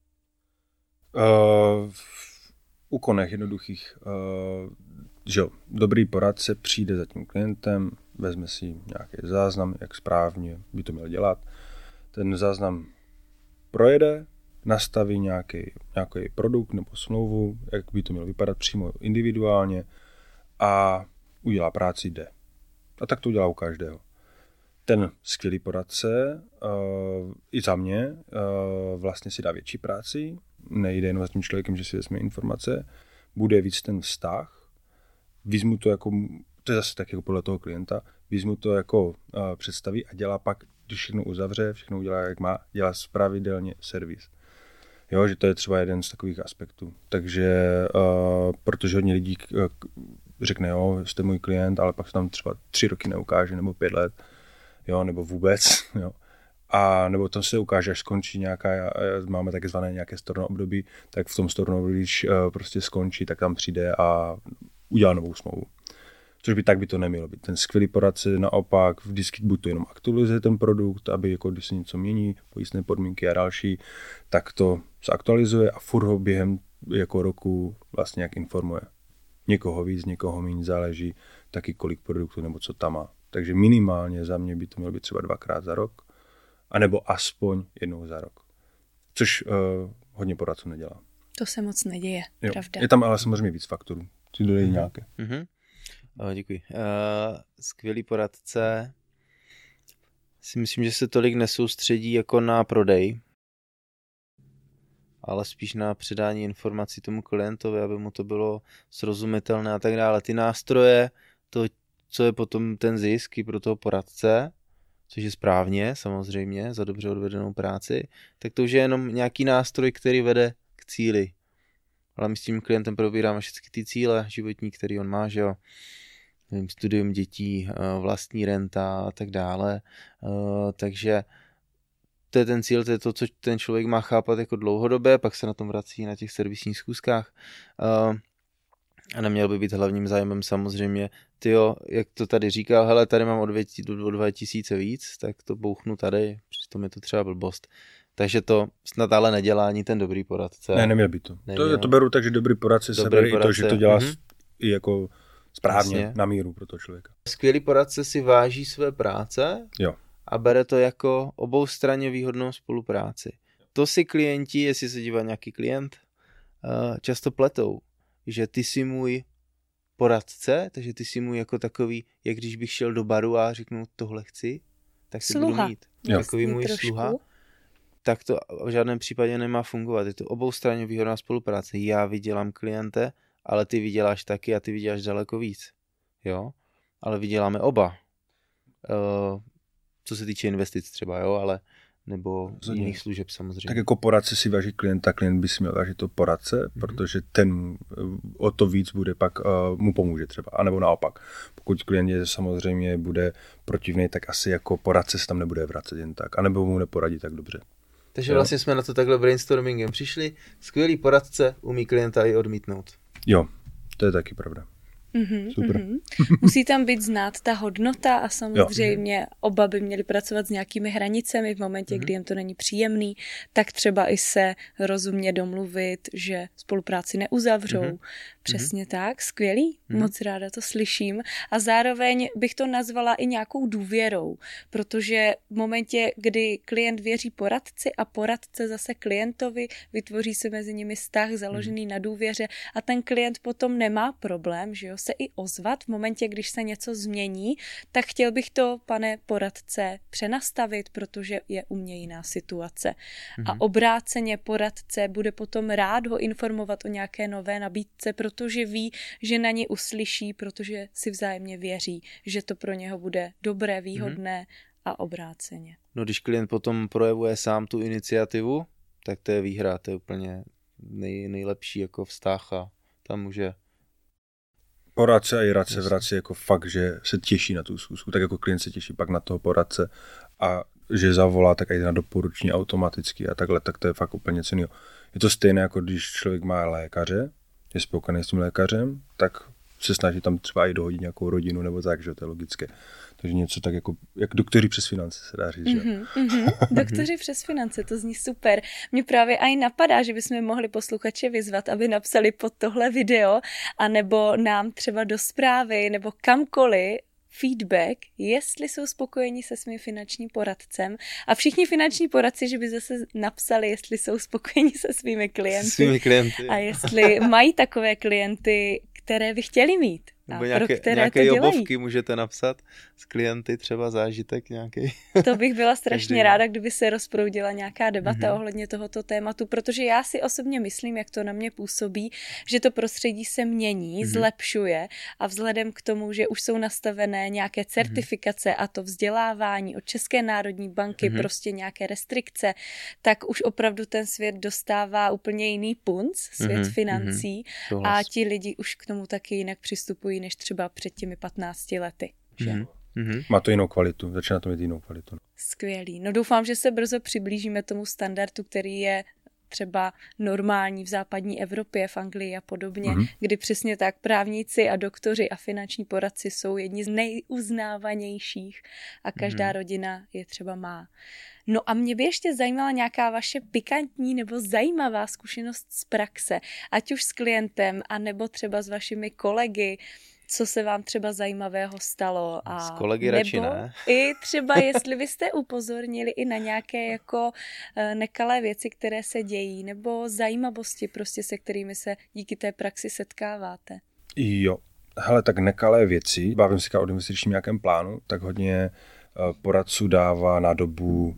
V úkonech jednoduchých, že dobrý poradce přijde za tím klientem, vezme si nějaký záznam, jak správně by to měl dělat. Ten záznam projede, nastaví nějaký produkt nebo smlouvu, jak by to mělo vypadat přímo individuálně a udělá práci, jde. A tak to udělá u každého. Ten skvělý poradce, i za mě, vlastně si dá větší práci, nejde jenom za tím člověkem, že si vezme informace, bude víc ten vztah, vezmu to jako, to je zase tak jako podle toho klienta, vezmu to jako představí a dělá pak, když všechno uzavře, všechno udělá, jak má, dělá pravidelně servis. Jo, že to je třeba jeden z takových aspektů. Takže, protože hodně lidí řekne, jo, jste můj klient, ale pak se tam třeba 3 roky neukáže, nebo 5 let, jo, nebo vůbec, jo. A nebo to se ukáže, až skončí nějaká, máme takzvané nějaké storno období, tak v tom storno období, když prostě skončí, tak tam přijde a udělá novou smlouvu. Což by to nemělo být. Ten skvělý poradce naopak vždycky buď to jenom aktualizuje ten produkt, aby jako když se něco mění, pojistné podmínky a další, tak to se aktualizuje a furt ho během jako roku vlastně jak informuje. Někoho víc, někoho méně, záleží taky kolik produktů nebo co tam má. Takže minimálně za mě by to mělo být třeba 2krát za rok, anebo aspoň 1 za rok. Což hodně poradců nedělá. To se moc neděje, jo. Pravda. Je tam ale samozřejmě víc faktorů. Ty dodají nějaké. Mm-hmm. Děkuji. Skvělý poradce. Si myslím, že se tolik nesoustředí jako na prodej, ale spíš na předání informací tomu klientovi, aby mu to bylo srozumitelné a tak dále. Ty nástroje, to, co je potom ten zisk i pro toho poradce, což je správně, samozřejmě, za dobře odvedenou práci, tak to už je jenom nějaký nástroj, který vede k cíli. Ale my s tím klientem probíráme všechny ty cíle životní, který on má, že jo. Nevím, studium dětí, vlastní renta a tak dále. Takže to je ten cíl, to je to, co ten člověk má chápat jako dlouhodobě, pak se na tom vrací na těch servisních schůzkách. A neměl by být hlavním zájmem samozřejmě, tyjo, jak to tady říkal, hele, tady mám o 2000 víc, tak to bouchnu tady, přitom je to třeba blbost. Takže to snad ale nedělá ani ten dobrý poradce. Ne, neměl by to. To beru tak, že dobrý poradce se bere i to, že to dělá i jako správně, jasně, na míru pro toho člověka. Skvělý poradce si váží své práce, jo, a bere to jako oboustranně výhodnou spolupráci. To si klienti, jestli se dívá nějaký klient, často pletou, že ty jsi můj poradce, takže ty jsi můj jako takový, jak když bych šel do baru a řeknu tohle chci, tak si budu mít. Takový můj sluha. Tak to v žádném případě nemá fungovat. Je to oboustranně výhodná spolupráce. Já vydělám kliente, ale ty vyděláš taky a ty vyděláš daleko víc. Jo? Ale vyděláme oba. Co se týče investic třeba, jo, ale nebo jiných služeb samozřejmě. Tak jako poradce si váží klienta, klient by si měl vážit to poradce, protože ten o to víc bude pak mu pomůže třeba, anebo naopak. Pokud klient je samozřejmě bude protivný, tak asi jako poradce se tam nebude vracet jen tak, anebo mu neporadí tak dobře. Takže vlastně jsme na to takhle brainstormingem přišli. Skvělý poradce umí klienta i odmítnout. Jo, to je taky pravda. Super. Musí tam být znát ta hodnota a samozřejmě oba by měli pracovat s nějakými hranicemi v momentě, kdy jim to není příjemný, tak třeba i se rozumně domluvit, že spolupráci neuzavřou. Přesně tak, skvělý, moc ráda to slyším a zároveň bych to nazvala i nějakou důvěrou, protože v momentě, kdy klient věří poradci a poradce zase klientovi, vytvoří se mezi nimi vztah založený na důvěře a ten klient potom nemá problém, že jo, se i ozvat v momentě, když se něco změní, tak chtěl bych to, pane poradce, přenastavit, protože je u mě jiná situace. A obráceně poradce bude potom rád ho informovat o nějaké nové nabídce, protože ví, že na ně uslyší, protože si vzájemně věří, že to pro něho bude dobré, výhodné a obráceně. No když klient potom projevuje sám tu iniciativu, tak to je výhra, to je úplně nejlepší jako vztah a tam může poradce a i radce vrací jako fakt, že se těší na tu schůzku, tak jako klient se těší pak na toho poradce a že zavolá, tak i na doporučení automaticky a takhle, tak to je fakt úplně něco jiného. Je to stejné, jako když člověk má lékaře, je spokojený s tím lékařem, tak se snaží tam třeba i dohodit nějakou rodinu nebo tak, že to je logické. Takže něco tak jako doktoři přes finance se dá říct, že? Doktoři přes finance, to zní super. Mně právě i napadá, že bychom mohli posluchače vyzvat, aby napsali pod tohle video, anebo nám třeba do zprávy, nebo kamkoliv feedback, jestli jsou spokojeni se svým finančním poradcem a všichni finanční poradci, že by zase napsali, jestli jsou spokojeni se svými klienty. A jestli mají takové klienty, které by chtěli mít. Nebo nějaké obovky můžete napsat s klienty, třeba zážitek nějaký. To bych byla strašně ráda, kdyby se rozproudila nějaká debata ohledně tohoto tématu, protože já si osobně myslím, jak to na mě působí, že to prostředí se mění, zlepšuje a vzhledem k tomu, že už jsou nastavené nějaké certifikace a to vzdělávání od České národní banky, prostě nějaké restrikce, tak už opravdu ten svět dostává úplně jiný punc, svět financí a ti lidi už k tomu taky jinak přistupují než třeba před těmi 15 lety. Že? Má to jinou kvalitu, začíná to mít jinou kvalitu. Skvělý. No doufám, že se brzo přiblížíme tomu standardu, který je třeba normální v západní Evropě, v Anglii a podobně, kdy přesně tak právníci a doktoři a finanční poradci jsou jedni z nejuznávanějších a každá rodina je třeba má. No a mě by ještě zajímala nějaká vaše pikantní nebo zajímavá zkušenost z praxe, ať už s klientem, anebo třeba s vašimi kolegy, co se vám třeba zajímavého stalo. A s kolegy radši ne. I třeba jestli byste upozornili i na nějaké jako nekalé věci, které se dějí, nebo zajímavosti prostě, se kterými se díky té praxi setkáváte. Jo, hele, tak nekalé věci, bavím si o investičním nějakém plánu, tak hodně poradců dává na dobu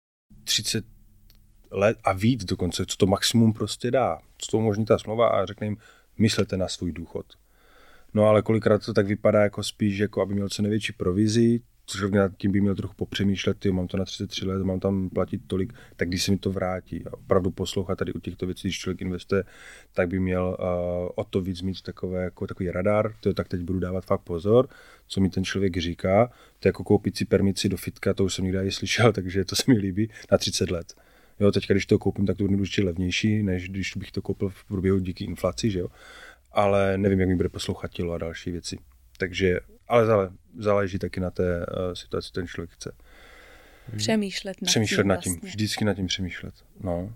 30 let a víc dokonce, co to maximum prostě dá. Co to umožní ta smlouva a řekne jim, myslete na svůj důchod. No ale kolikrát to tak vypadá jako spíš, jako aby měl co největší provizi, člověk nad tím by měl trochu popřemýšlet, mám to na 33 let, mám tam platit tolik, tak když se mi to vrátí a opravdu poslouchat tady u těchto věcí, když člověk investuje, tak by měl o to víc mít takový radar, tak teď budu dávat fakt pozor, co mi ten člověk říká, to je jako koupit si permici do fitka, to už jsem nikdy slyšel, takže to se mi líbí, na 30 let. Jo, teďka, když to koupím, tak to bude určitě levnější, než když bych to koupil v průběhu díky inflaci, že jo. Ale nevím, jak mi bude poslouchat tělo a další věci. Takže, ale záleží taky na té situaci, ten člověk chce. Přemýšlet nad tím. Vlastně. Vždycky nad tím přemýšlet. No.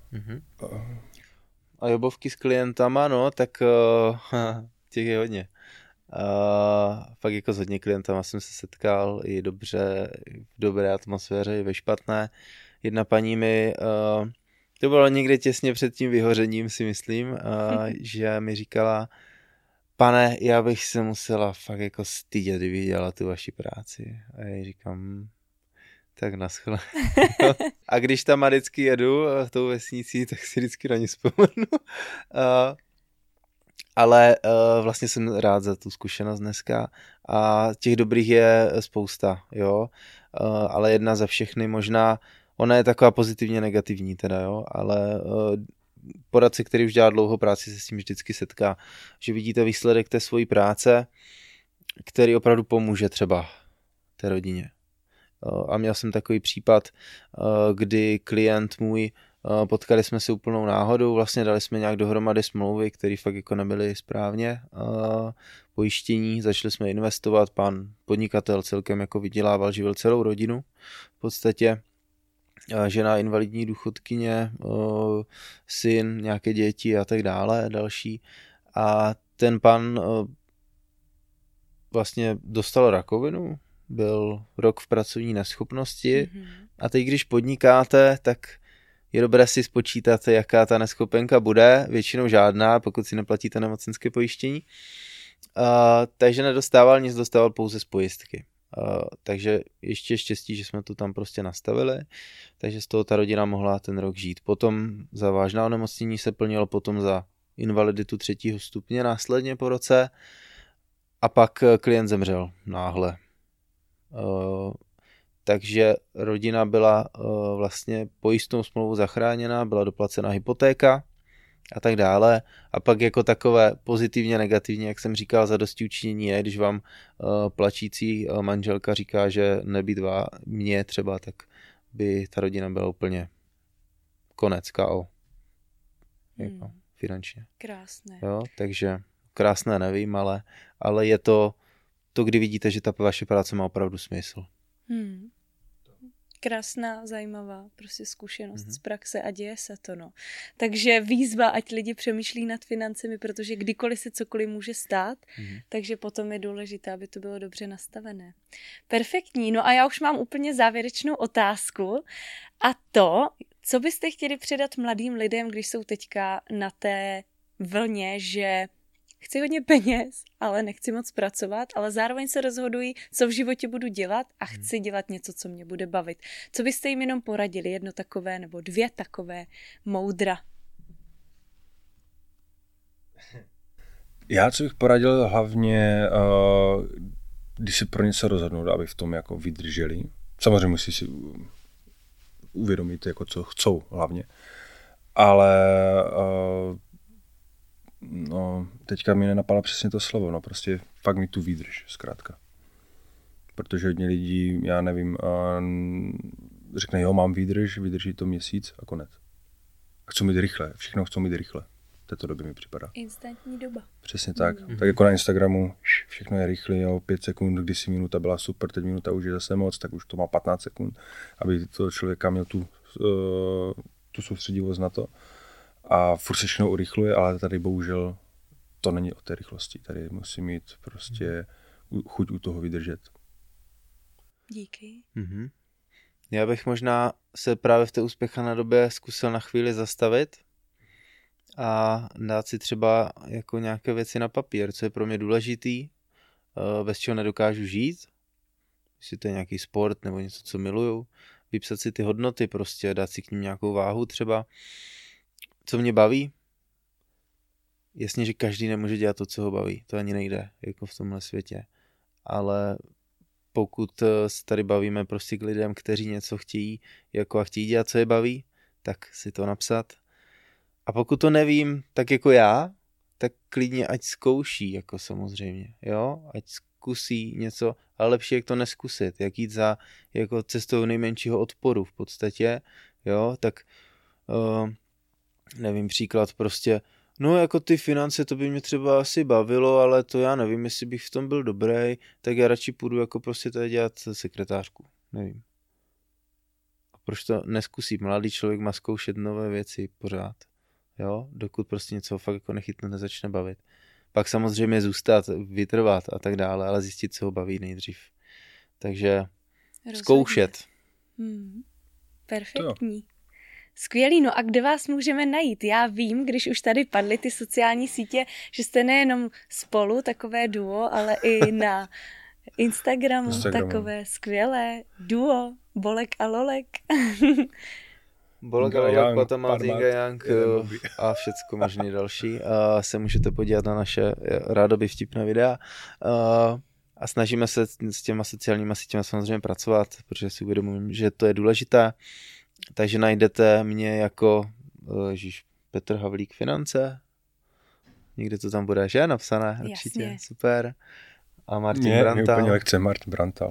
A jobovky s klientama, no, tak těch je hodně. Fakt jako s hodně klientama jsem se setkal i dobře, v dobré atmosféře, i ve špatné. Jedna paní mi, to bylo někde těsně před tím vyhořením, si myslím, že mi říkala, pane, já bych se musela fakt jako stydět, kdybych dělala tu vaši práci. A já říkám, tak naschle. A když tam vždycky jedu tou vesnicí, tak si vždycky na ní vzpomenu. Ale vlastně jsem rád za tu zkušenost dneska a těch dobrých je spousta, jo. Ale jedna za všechny možná, ona je taková pozitivně negativní teda, jo, ale poradce, který už dělá dlouho práci, se s tím vždycky setká, že vidíte výsledek té svojí práce, který opravdu pomůže třeba té rodině. A měl jsem takový případ, kdy klient můj, potkali jsme se úplnou náhodou, vlastně dali jsme nějak dohromady smlouvy, které fakt jako nebyly správně, pojištění, začali jsme investovat, pan podnikatel celkem jako vydělával, živil celou rodinu, v podstatě žena invalidní důchodkyně, syn, nějaké děti a tak dále, další. A ten pan vlastně dostal rakovinu, byl rok v pracovní neschopnosti a teď, když podnikáte, tak je dobré si spočítat, jaká ta neschopenka bude, většinou žádná, pokud si neplatíte nemocenské pojištění. Takže nedostával nic, dostával pouze z pojistky. Takže ještě štěstí, že jsme to tam prostě nastavili, takže z toho ta rodina mohla ten rok žít. Potom za vážná onemocnění se plnilo potom za invaliditu 3. stupně následně po roce a pak klient zemřel náhle. Takže rodina byla vlastně pojistnou smlouvou zachráněna, byla doplacena hypotéka a tak dále. A pak jako takové pozitivně, negativně, jak jsem říkal, zadostiučinění je, když vám plačící manželka říká, že nebýt mě třeba, tak by ta rodina byla úplně konec, KO. Jako finančně. Krásné. Jo, takže krásné nevím, ale je to, kdy vidíte, že ta vaše práce má opravdu smysl. Krásná, zajímavá prostě zkušenost z praxe a děje se to, no. Takže výzva, ať lidi přemýšlí nad financemi, protože kdykoliv se cokoliv může stát, takže potom je důležité, aby to bylo dobře nastavené. Perfektní, no a já už mám úplně závěrečnou otázku a to, co byste chtěli předat mladým lidem, když jsou teďka na té vlně, že chci hodně peněz, ale nechci moc pracovat, ale zároveň se rozhoduji, co v životě budu dělat a chci dělat něco, co mě bude bavit. Co byste jim jenom poradili? Jedno takové nebo dvě takové moudra? Já co bych poradil hlavně, když se pro něco rozhodnout, aby v tom jako vydrželi. Samozřejmě musí si uvědomit, jako co chcou hlavně. Ale no, teďka mi nenapadá přesně to slovo, no prostě fakt mi tu výdrž, zkrátka. Protože hodně lidí, já nevím, řekne, jo, mám výdrž, vydrží to měsíc a konec. A chcou mít rychle, všechno chcou mít rychle. V této době mi připadá. Instantní doba. Přesně tak. Tak jako na Instagramu, všechno je rychle, jo, 5 sekund, kdysi minuta byla super, teď minuta už je zase moc, tak už to má 15 sekund, aby to člověka měl tu soustředivost na to. A furt se všechno urychluje, ale tady bohužel to není o té rychlosti. Tady musí mít prostě chuť u toho vydržet. Díky. Já bych možná se právě v té úspěchané době zkusil na chvíli zastavit a dát si třeba jako nějaké věci na papír, co je pro mě důležitý, bez čeho nedokážu žít, jestli to je nějaký sport nebo něco, co miluju, vypsat si ty hodnoty prostě, dát si k ním nějakou váhu třeba, co mě baví. Jasně, že každý nemůže dělat to, co ho baví, to ani nejde, jako v tomhle světě, ale pokud se tady bavíme prostě k lidem, kteří něco chtějí jako a chtějí dělat, co je baví, tak si to napsat. A pokud to nevím, tak jako já, tak klidně ať zkouší, jako samozřejmě, jo, ať zkusí něco, ale lepší jak to neskusit, jak jít za jako cestou nejmenšího odporu v podstatě, jo, tak nevím, příklad prostě, no jako ty finance, to by mě třeba asi bavilo, ale to já nevím, jestli bych v tom byl dobrý, tak já radši půjdu jako prostě tady dělat sekretářku, nevím. A proč to neskusí? Mladý člověk má zkoušet nové věci pořád, jo, dokud prostě něco fakt jako nechytne, nezačne bavit. Pak samozřejmě zůstat, vytrvat a tak dále, ale zjistit, co ho baví nejdřív. Takže zkoušet. Perfektní. Skvělý, no a kde vás můžeme najít? Já vím, když už tady padly ty sociální sítě, že jste nejenom spolu, takové duo, ale i na Instagramu. Takové skvělé duo, Bolek a Lolek. Bolek a Lolek, Patamátinga, Young a všecko možný další. Se můžete podívat na naše rádoby vtipné videa. A snažíme se s těma sociálníma sítěma samozřejmě pracovat, protože si uvědomuji, že to je důležité. Takže najdete mě jako Petr Havlík Finance. Někde to tam bude, že? Napsané, určitě. Jasně. Super. A Martin Brantal. Mě úplně lehce Martin Brantal.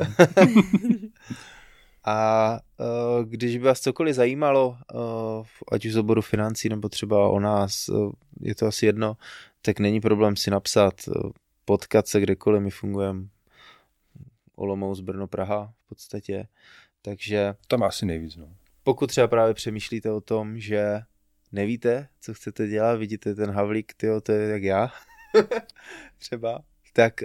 A když by vás cokoliv zajímalo, ať už z oboru financí, nebo třeba o nás, je to asi jedno, tak není problém si napsat, potkat se kdekoliv, my fungujeme Olomouc, Brno, Praha v podstatě, takže... Tam asi nejvíc, no. Pokud třeba právě přemýšlíte o tom, že nevíte, co chcete dělat, vidíte ten Havlík, tyjo, to je jak já, třeba, tak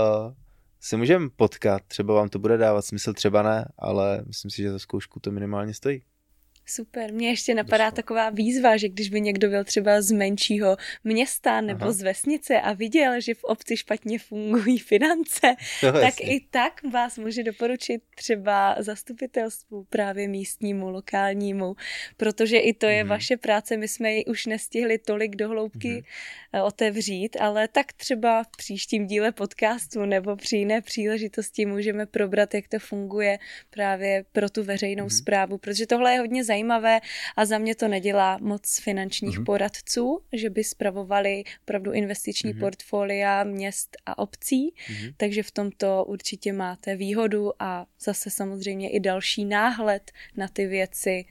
se můžeme potkat, třeba vám to bude dávat smysl, třeba ne, ale myslím si, že za zkoušku to minimálně stojí. Super, mně ještě napadá taková výzva, že když by někdo byl třeba z menšího města nebo z vesnice a viděl, že v obci špatně fungují finance, tak i tak vás může doporučit třeba zastupitelstvu právě místnímu, lokálnímu, protože i to je vaše práce, my jsme ji už nestihli tolik do hloubky otevřít, ale tak třeba v příštím díle podcastu nebo při jiné příležitosti můžeme probrat, jak to funguje právě pro tu veřejnou správu, protože tohle je hodně zajímavé a za mě to nedělá moc finančních poradců, že by spravovali opravdu investiční portfolia měst a obcí, takže v tomto určitě máte výhodu a zase samozřejmě i další náhled na ty věci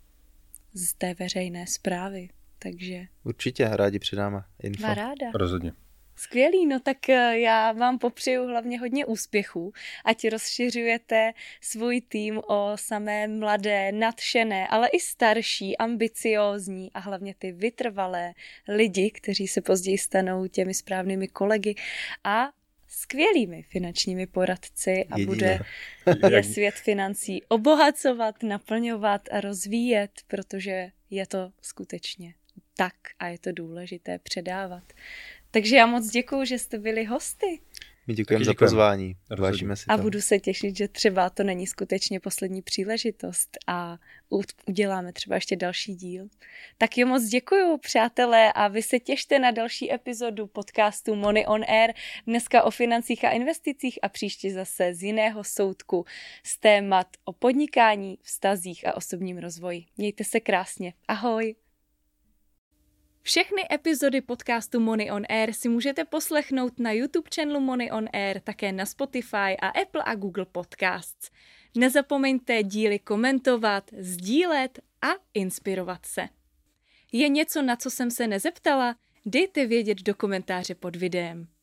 z té veřejné správy. Takže... Určitě, rádi předáme info. Ráda. Rozhodně. Skvělý, no tak já vám popřeju hlavně hodně úspěchů, ať rozšiřujete svůj tým o samé mladé, nadšené, ale i starší, ambiciózní a hlavně ty vytrvalé lidi, kteří se později stanou těmi správnými kolegy a skvělými finančními poradci a bude je svět financí obohacovat, naplňovat a rozvíjet, protože je to skutečně tak a je to důležité předávat. Takže já moc děkuju, že jste byli hosty. My děkujeme za pozvání. Vážíme si to. A budu se těšit, že třeba to není skutečně poslední příležitost a uděláme třeba ještě další díl. Tak jo, moc děkuju, přátelé, a vy se těšte na další epizodu podcastu Money on Air. Dneska o financích a investicích a příště zase z jiného soudku z témat o podnikání, vztazích a osobním rozvoji. Mějte se krásně. Ahoj. Všechny epizody podcastu Money on Air si můžete poslechnout na YouTube channelu Money on Air, také na Spotify a Apple a Google Podcasts. Nezapomeňte díly komentovat, sdílet a inspirovat se. Je něco, na co jsem se nezeptala? Dejte vědět do komentáře pod videem.